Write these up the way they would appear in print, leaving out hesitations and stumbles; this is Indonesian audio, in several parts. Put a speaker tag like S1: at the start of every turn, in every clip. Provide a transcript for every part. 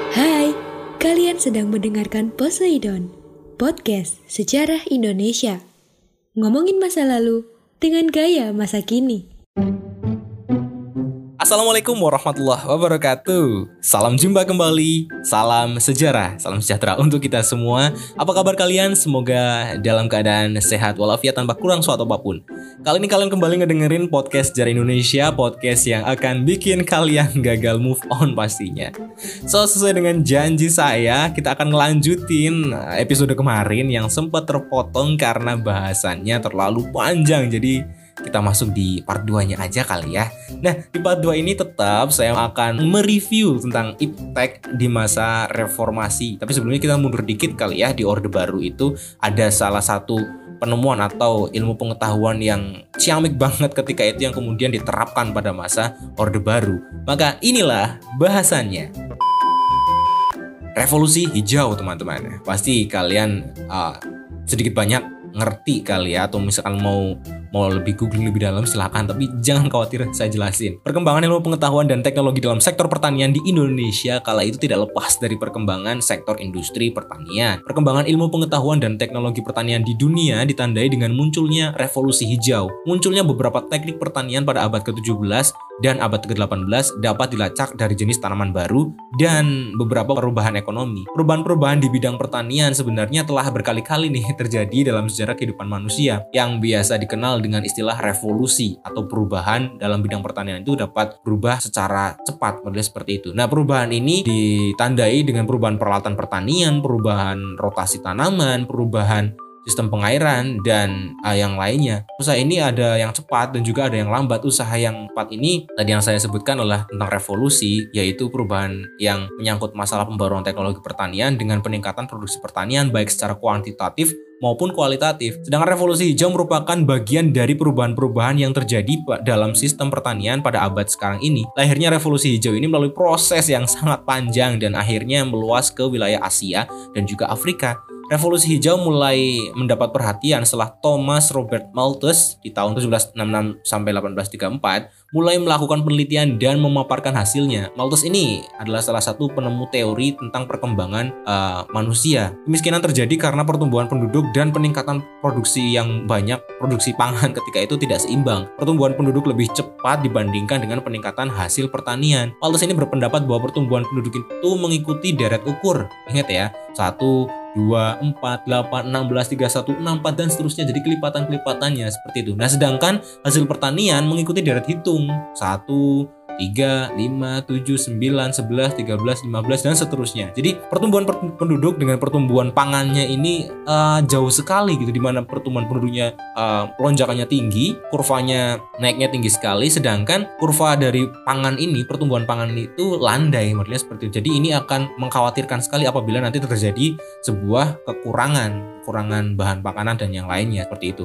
S1: Hai, kalian sedang mendengarkan Poseidon, podcast sejarah Indonesia. Ngomongin masa lalu dengan gaya masa kini.
S2: Assalamualaikum warahmatullahi wabarakatuh. Salam jumpa kembali, salam sejarah, salam sejahtera untuk kita semua. Apa kabar kalian? Semoga dalam keadaan sehat walafiat tanpa kurang suatu apapun. Kali ini kalian kembali ngedengerin podcast Sejarah Indonesia, podcast yang akan bikin kalian gagal move on pastinya. So, sesuai dengan janji saya, kita akan ngelanjutin episode kemarin yang sempat terpotong karena bahasannya terlalu panjang. Jadi kita masuk di part 2-nya aja kali ya. Nah, di part 2 ini tetap saya akan mereview tentang iptek di masa reformasi. Tapi sebelumnya kita mundur dikit kali ya. Di Orde Baru itu ada salah satu penemuan atau ilmu pengetahuan yang ciamik banget ketika itu yang kemudian diterapkan pada masa Orde Baru. Maka inilah bahasannya. Revolusi Hijau, teman-teman. Pasti kalian sedikit banyak ngerti kali ya, atau misalkan mau lebih googling lebih dalam silakan, tapi jangan khawatir, saya jelasin. Perkembangan ilmu pengetahuan dan teknologi dalam sektor pertanian di Indonesia kala itu tidak lepas dari perkembangan sektor industri pertanian. Perkembangan ilmu pengetahuan dan teknologi pertanian di dunia ditandai dengan munculnya revolusi hijau. Munculnya beberapa teknik pertanian pada abad ke-17 dan abad ke-18 dapat dilacak dari jenis tanaman baru dan beberapa perubahan ekonomi. Perubahan-perubahan di bidang pertanian sebenarnya telah berkali-kali nih terjadi dalam sejarah kehidupan manusia yang biasa dikenal dengan istilah revolusi atau perubahan dalam bidang pertanian itu dapat berubah secara cepat, modelnya seperti itu. Nah, perubahan ini ditandai dengan perubahan peralatan pertanian, perubahan rotasi tanaman, perubahan sistem pengairan, dan yang lainnya. Usaha ini ada yang cepat dan juga ada yang lambat. Usaha yang cepat ini tadi yang saya sebutkan adalah tentang revolusi, yaitu perubahan yang menyangkut masalah pembaruan teknologi pertanian dengan peningkatan produksi pertanian baik secara kuantitatif maupun kualitatif. Sedangkan revolusi hijau merupakan bagian dari perubahan-perubahan yang terjadi dalam sistem pertanian pada abad sekarang ini. Lahirnya revolusi hijau ini melalui proses yang sangat panjang dan akhirnya meluas ke wilayah Asia dan juga Afrika. Revolusi hijau mulai mendapat perhatian setelah Thomas Robert Malthus di tahun 1766 sampai 1834 mulai melakukan penelitian dan memaparkan hasilnya. Malthus ini adalah salah satu penemu teori tentang perkembangan manusia. Kemiskinan terjadi karena pertumbuhan penduduk dan peningkatan produksi yang banyak, produksi pangan ketika itu tidak seimbang. Pertumbuhan penduduk lebih cepat dibandingkan dengan peningkatan hasil pertanian. Malthus ini berpendapat bahwa pertumbuhan penduduk itu mengikuti deret ukur. Ingat ya, 1, 2, 4, 8, 16, 3, 1, 6, 4 dan seterusnya. Jadi kelipatan-kelipatannya seperti itu. Nah, sedangkan hasil pertanian mengikuti deret hitung 1, 3, 5, 7, 9, 11, 13, 15 dan seterusnya. Jadi pertumbuhan penduduk dengan pertumbuhan pangannya ini jauh sekali gitu, di mana pertumbuhan penduduknya lonjakannya tinggi, kurvanya naiknya tinggi sekali, sedangkan kurva dari pangan ini, pertumbuhan pangan itu landai, modelnya seperti itu. Jadi ini akan mengkhawatirkan sekali apabila nanti terjadi sebuah kekurangan bahan makanan dan yang lainnya seperti itu.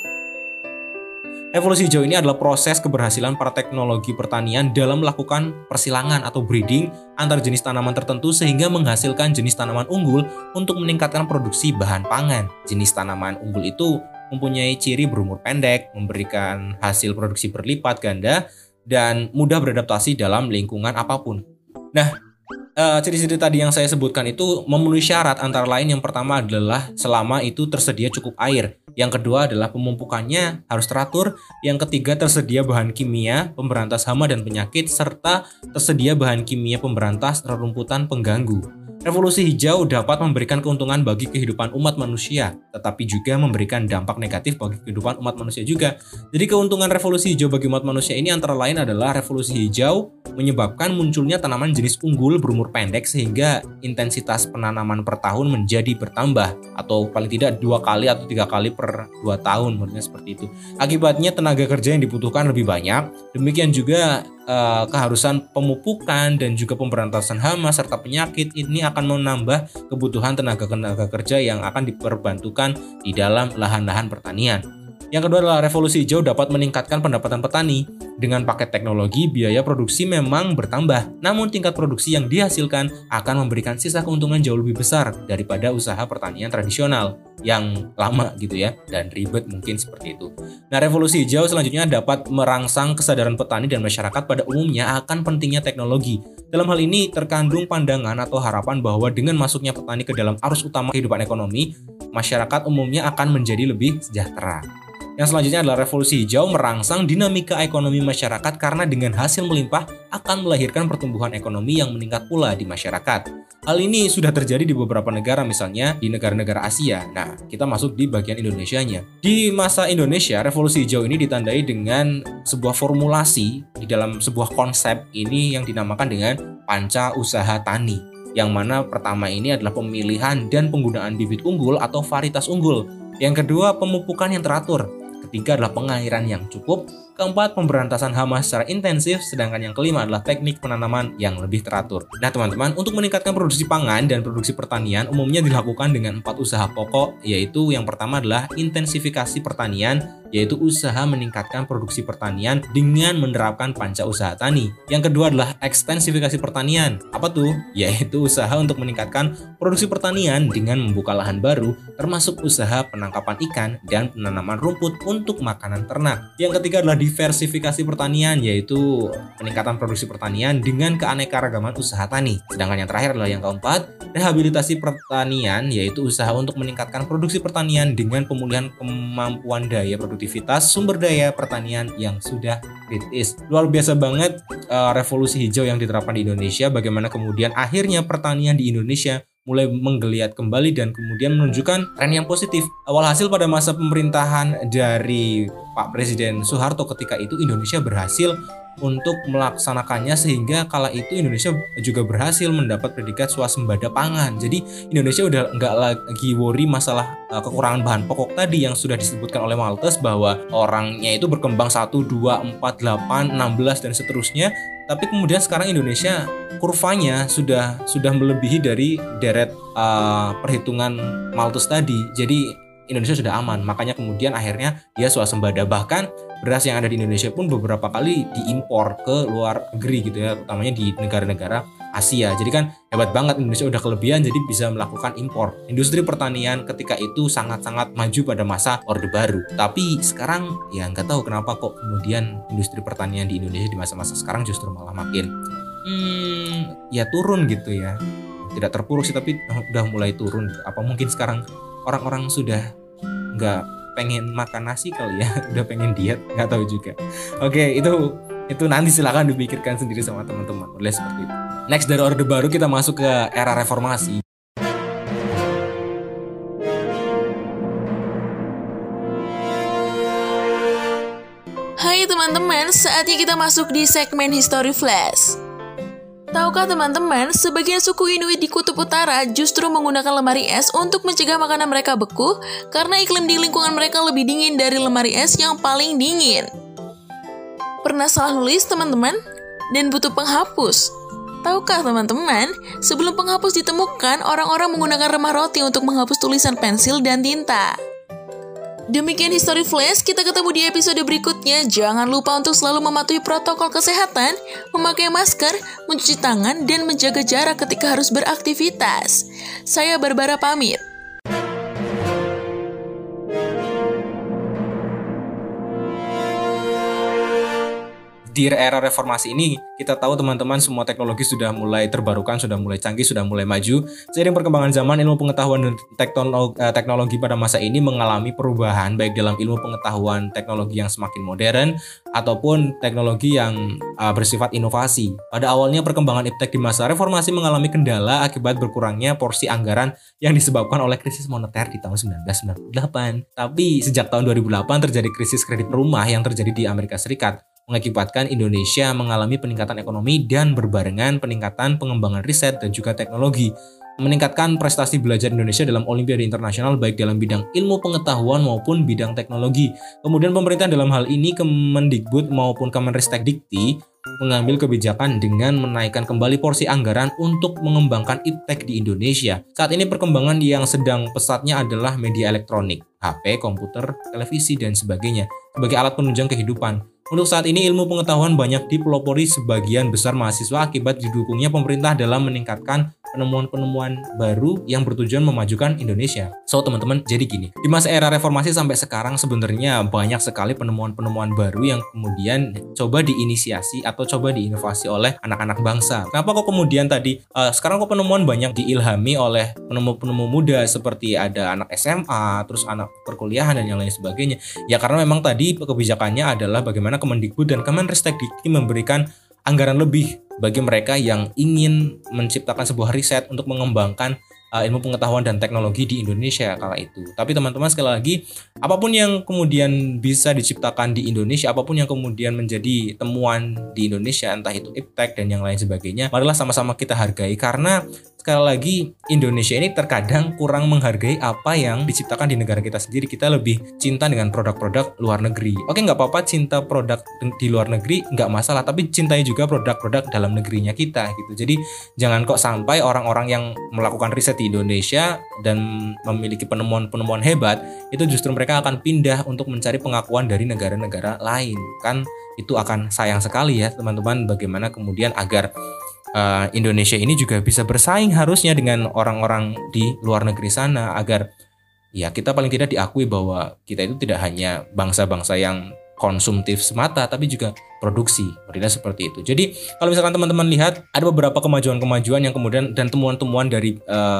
S2: Revolusi hijau ini adalah proses keberhasilan para teknologi pertanian dalam melakukan persilangan atau breeding antar jenis tanaman tertentu sehingga menghasilkan jenis tanaman unggul untuk meningkatkan produksi bahan pangan. Jenis tanaman unggul itu mempunyai ciri berumur pendek, memberikan hasil produksi berlipat ganda, dan mudah beradaptasi dalam lingkungan apapun. Nah, ciri-ciri tadi yang saya sebutkan itu memenuhi syarat, antara lain yang pertama adalah selama itu tersedia cukup air. Yang kedua adalah pemupukannya harus teratur. Yang ketiga tersedia bahan kimia pemberantas hama dan penyakit, serta tersedia bahan kimia pemberantas rerumputan pengganggu. Revolusi hijau dapat memberikan keuntungan bagi kehidupan umat manusia, tetapi juga memberikan dampak negatif bagi kehidupan umat manusia juga. Jadi keuntungan revolusi hijau bagi umat manusia ini antara lain adalah revolusi hijau menyebabkan munculnya tanaman jenis unggul berumur pendek sehingga intensitas penanaman per tahun menjadi bertambah, atau paling tidak 2 kali atau 3 kali per 2 tahun, maksudnya seperti itu. Akibatnya tenaga kerja yang dibutuhkan lebih banyak, demikian juga keharusan pemupukan dan juga pemberantasan hama serta penyakit ini akan menambah kebutuhan tenaga kerja yang akan diperbantukan di dalam lahan-lahan pertanian. Yang kedua adalah revolusi hijau dapat meningkatkan pendapatan petani. Dengan paket teknologi, biaya produksi memang bertambah, namun tingkat produksi yang dihasilkan akan memberikan sisa keuntungan jauh lebih besar daripada usaha pertanian tradisional yang lama gitu ya, dan ribet mungkin seperti itu. Nah, revolusi hijau selanjutnya dapat merangsang kesadaran petani dan masyarakat pada umumnya akan pentingnya teknologi. Dalam hal ini terkandung pandangan atau harapan bahwa dengan masuknya petani ke dalam arus utama kehidupan ekonomi, masyarakat umumnya akan menjadi lebih sejahtera. Yang selanjutnya adalah revolusi hijau merangsang dinamika ekonomi masyarakat karena dengan hasil melimpah akan melahirkan pertumbuhan ekonomi yang meningkat pula di masyarakat. Hal ini sudah terjadi di beberapa negara, misalnya di negara-negara Asia. Nah, kita masuk di bagian Indonesianya. Di masa Indonesia, revolusi hijau ini ditandai dengan sebuah formulasi di dalam sebuah konsep ini yang dinamakan dengan panca usaha tani. Yang mana pertama ini adalah pemilihan dan penggunaan bibit unggul atau varietas unggul. Yang kedua, pemupukan yang teratur. Ketiga adalah pengairan yang cukup. Keempat, pemberantasan hama secara intensif. Sedangkan yang kelima adalah teknik penanaman yang lebih teratur. Nah teman-teman, untuk meningkatkan produksi pangan dan produksi pertanian umumnya dilakukan dengan 4 usaha pokok, yaitu yang pertama adalah intensifikasi pertanian, yaitu usaha meningkatkan produksi pertanian dengan menerapkan panca usaha tani. Yang kedua adalah ekstensifikasi pertanian. Apa tuh? Yaitu usaha untuk meningkatkan produksi pertanian dengan membuka lahan baru, termasuk usaha penangkapan ikan dan penanaman rumput untuk makanan ternak. Yang ketiga adalah diversifikasi pertanian, yaitu peningkatan produksi pertanian dengan keanekaragaman usaha tani. Sedangkan yang terakhir adalah yang keempat, rehabilitasi pertanian, yaitu usaha untuk meningkatkan produksi pertanian dengan pemulihan kemampuan daya produktivitas sumber daya pertanian yang sudah kritis. Luar biasa banget revolusi hijau yang diterapkan di Indonesia, bagaimana kemudian akhirnya pertanian di Indonesia mulai menggeliat kembali dan kemudian menunjukkan tren yang positif. Awal hasil pada masa pemerintahan dari Pak Presiden Soeharto ketika itu, Indonesia berhasil untuk melaksanakannya sehingga kala itu Indonesia juga berhasil mendapat predikat swasembada pangan. Jadi Indonesia udah nggak lagi worry masalah kekurangan bahan pokok tadi yang sudah disebutkan oleh Malthus bahwa orangnya itu berkembang 1, 2, 4, 8, 16 dan seterusnya. Tapi kemudian sekarang Indonesia kurvanya sudah melebihi dari deret perhitungan Malthus tadi. Jadi Indonesia sudah aman, makanya kemudian akhirnya dia swasembada. Bahkan beras yang ada di Indonesia pun beberapa kali diimpor ke luar negeri gitu ya, utamanya di negara-negara Asia. Jadi kan hebat banget, Indonesia udah kelebihan jadi bisa melakukan impor. Industri pertanian ketika itu sangat-sangat maju pada masa Orde Baru. Tapi sekarang ya nggak tahu kenapa kok kemudian industri pertanian di Indonesia di masa-masa sekarang justru malah makin ya turun gitu ya. Tidak terpuruk sih, tapi udah mulai turun. Apa mungkin sekarang orang-orang sudah nggak pengen makan nasi kali ya, udah pengen diet, nggak tahu juga. Oke, itu nanti silakan dipikirkan sendiri sama teman-teman. Boleh seperti itu. Next, dari Orde Baru kita masuk ke era reformasi.
S3: Hai teman-teman, saatnya kita masuk di segmen History Flash. Tahukah teman-teman, sebagian suku Inuit di Kutub Utara justru menggunakan lemari es untuk mencegah makanan mereka beku karena iklim di lingkungan mereka lebih dingin dari lemari es yang paling dingin. Pernah salah nulis teman-teman? Dan butuh penghapus. Tahukah teman-teman, sebelum penghapus ditemukan, orang-orang menggunakan remah roti untuk menghapus tulisan pensil dan tinta. Demikian History Flash, kita ketemu di episode berikutnya. Jangan lupa untuk selalu mematuhi protokol kesehatan, memakai masker, mencuci tangan, dan menjaga jarak ketika harus beraktivitas. Saya Barbara pamit.
S2: Di era reformasi ini kita tahu teman-teman semua teknologi sudah mulai terbarukan, sudah mulai canggih, sudah mulai maju. Seiring perkembangan zaman, ilmu pengetahuan dan teknologi pada masa ini mengalami perubahan baik dalam ilmu pengetahuan teknologi yang semakin modern ataupun teknologi yang bersifat inovasi. Pada awalnya perkembangan iptek di masa reformasi mengalami kendala akibat berkurangnya porsi anggaran yang disebabkan oleh krisis moneter di tahun 1998. Tapi sejak tahun 2008 terjadi krisis kredit rumah yang terjadi di Amerika Serikat, mengakibatkan Indonesia mengalami peningkatan ekonomi dan berbarengan peningkatan pengembangan riset dan juga teknologi, meningkatkan prestasi belajar Indonesia dalam olimpiade internasional baik dalam bidang ilmu pengetahuan maupun bidang teknologi. Kemudian pemerintah dalam hal ini Kemendikbud maupun Kemenristek Dikti mengambil kebijakan dengan menaikkan kembali porsi anggaran untuk mengembangkan iptek di Indonesia. Saat ini perkembangan yang sedang pesatnya adalah media elektronik, HP, komputer, televisi, dan sebagainya, sebagai alat penunjang kehidupan. Untuk saat ini ilmu pengetahuan banyak dipelopori sebagian besar mahasiswa akibat didukungnya pemerintah dalam meningkatkan penemuan-penemuan baru yang bertujuan memajukan Indonesia. So teman-teman, jadi gini, di masa era reformasi sampai sekarang sebenarnya banyak sekali penemuan-penemuan baru yang kemudian coba diinisiasi atau coba diinovasi oleh anak-anak bangsa. Kenapa kok kemudian tadi sekarang kok penemuan banyak diilhami oleh penemu-penemu muda seperti ada anak SMA, terus anak perkuliahan dan yang lain sebagainya? Ya karena memang tadi kebijakannya adalah bagaimana Kemendikbud dan Kemenristek Dikti memberikan anggaran lebih bagi mereka yang ingin menciptakan sebuah riset untuk mengembangkan ilmu pengetahuan dan teknologi di Indonesia kala itu. Tapi teman-teman, sekali lagi, apapun yang kemudian bisa diciptakan di Indonesia, apapun yang kemudian menjadi temuan di Indonesia, entah itu iptek dan yang lain sebagainya, marilah sama-sama kita hargai, karena sekali lagi Indonesia ini terkadang kurang menghargai apa yang diciptakan di negara kita sendiri. Kita lebih cinta dengan produk-produk luar negeri. Oke, nggak apa-apa cinta produk di luar negeri, nggak masalah, tapi cintai juga produk-produk dalam negerinya kita gitu. Jadi jangan kok sampai orang-orang yang melakukan riset di Indonesia dan memiliki penemuan-penemuan hebat itu justru mereka akan pindah untuk mencari pengakuan dari negara-negara lain. Kan itu akan sayang sekali ya teman-teman, bagaimana kemudian agar Indonesia ini juga bisa bersaing harusnya dengan orang-orang di luar negeri sana, agar ya kita paling tidak diakui bahwa kita itu tidak hanya bangsa-bangsa yang konsumtif semata, tapi juga produksi, modelnya seperti itu. Jadi kalau misalkan teman-teman lihat ada beberapa kemajuan-kemajuan yang kemudian dan temuan-temuan dari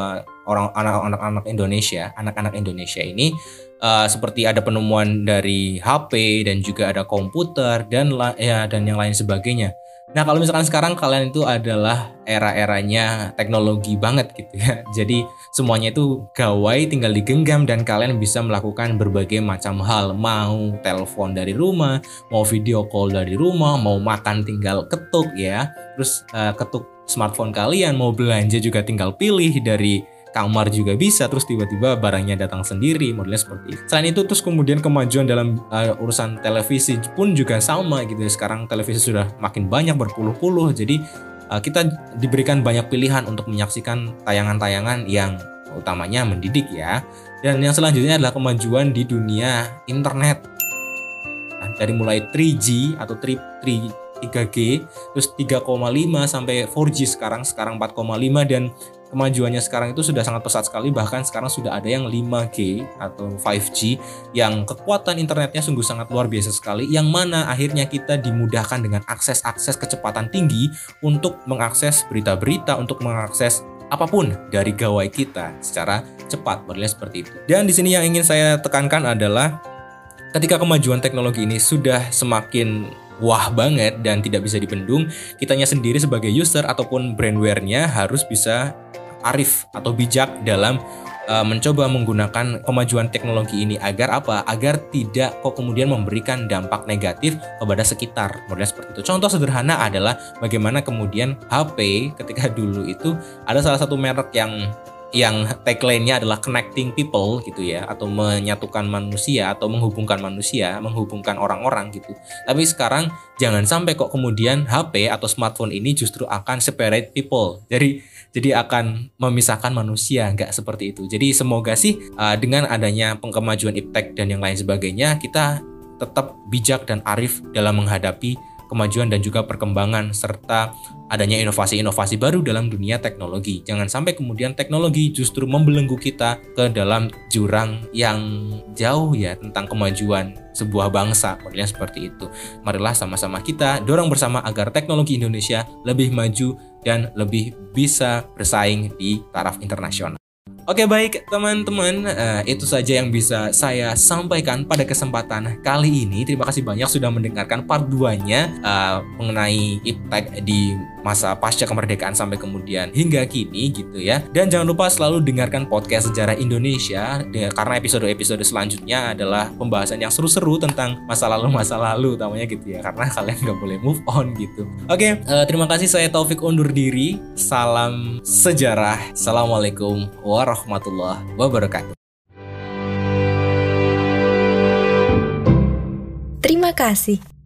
S2: anak-anak Indonesia ini, seperti ada penemuan dari HP dan juga ada komputer dan yang lain sebagainya. Nah, kalau misalkan sekarang kalian itu adalah era-eranya teknologi banget gitu ya. Jadi semuanya itu gawai, tinggal digenggam dan kalian bisa melakukan berbagai macam hal. Mau telepon dari rumah, mau video call dari rumah, mau makan tinggal ketuk ya. Terus ketuk smartphone kalian, mau belanja juga tinggal pilih dari kamar juga bisa, terus tiba-tiba barangnya datang sendiri, modelnya seperti itu. Selain itu, terus kemudian kemajuan dalam urusan televisi pun juga sama gitu ya. Sekarang televisi sudah makin banyak, berpuluh-puluh, jadi kita diberikan banyak pilihan untuk menyaksikan tayangan-tayangan yang utamanya mendidik ya. Dan yang selanjutnya adalah kemajuan di dunia internet. Dari mulai 3G atau 3G, terus 3,5 sampai 4G sekarang 4,5, dan kemajuannya sekarang itu sudah sangat pesat sekali. Bahkan sekarang sudah ada yang 5G atau 5G yang kekuatan internetnya sungguh sangat luar biasa sekali, yang mana akhirnya kita dimudahkan dengan akses kecepatan tinggi untuk mengakses berita-berita, untuk mengakses apapun dari gawai kita secara cepat, modelnya seperti itu. Dan di sini yang ingin saya tekankan adalah ketika kemajuan teknologi ini sudah semakin wah banget dan tidak bisa dibendung, kitanya sendiri sebagai user ataupun brandware-nya harus bisa arif atau bijak dalam mencoba menggunakan kemajuan teknologi ini. Agar apa? Agar tidak kok kemudian memberikan dampak negatif kepada sekitar, modelnya seperti itu. Contoh sederhana adalah bagaimana kemudian HP ketika dulu itu ada salah satu merek yang tagline-nya adalah connecting people gitu ya, atau menyatukan manusia atau menghubungkan manusia, menghubungkan orang-orang gitu. Tapi sekarang jangan sampai kok kemudian HP atau smartphone ini justru akan separate people. Jadi akan memisahkan manusia, nggak seperti itu. Jadi semoga sih dengan adanya kemajuan iptek dan yang lain sebagainya, kita tetap bijak dan arif dalam menghadapi kemajuan dan juga perkembangan serta adanya inovasi-inovasi baru dalam dunia teknologi. Jangan sampai kemudian teknologi justru membelenggu kita ke dalam jurang yang jauh ya tentang kemajuan sebuah bangsa, modelnya seperti itu. Marilah sama-sama kita dorong bersama agar teknologi Indonesia lebih maju dan lebih bisa bersaing di taraf internasional. Oke, baik teman-teman, itu saja yang bisa saya sampaikan pada kesempatan kali ini. Terima kasih banyak sudah mendengarkan part 2-nya mengenai iptek di masa pasca kemerdekaan sampai kemudian hingga kini gitu ya. Dan jangan lupa selalu dengarkan podcast Sejarah Indonesia, karena episode-episode selanjutnya adalah pembahasan yang seru-seru tentang masa lalu utamanya gitu ya, karena kalian gak boleh move on gitu. Oke, terima kasih, saya Taufik undur diri. Salam sejarah. Assalamualaikum warahmatullahi wabarakatuh.
S1: Terima kasih.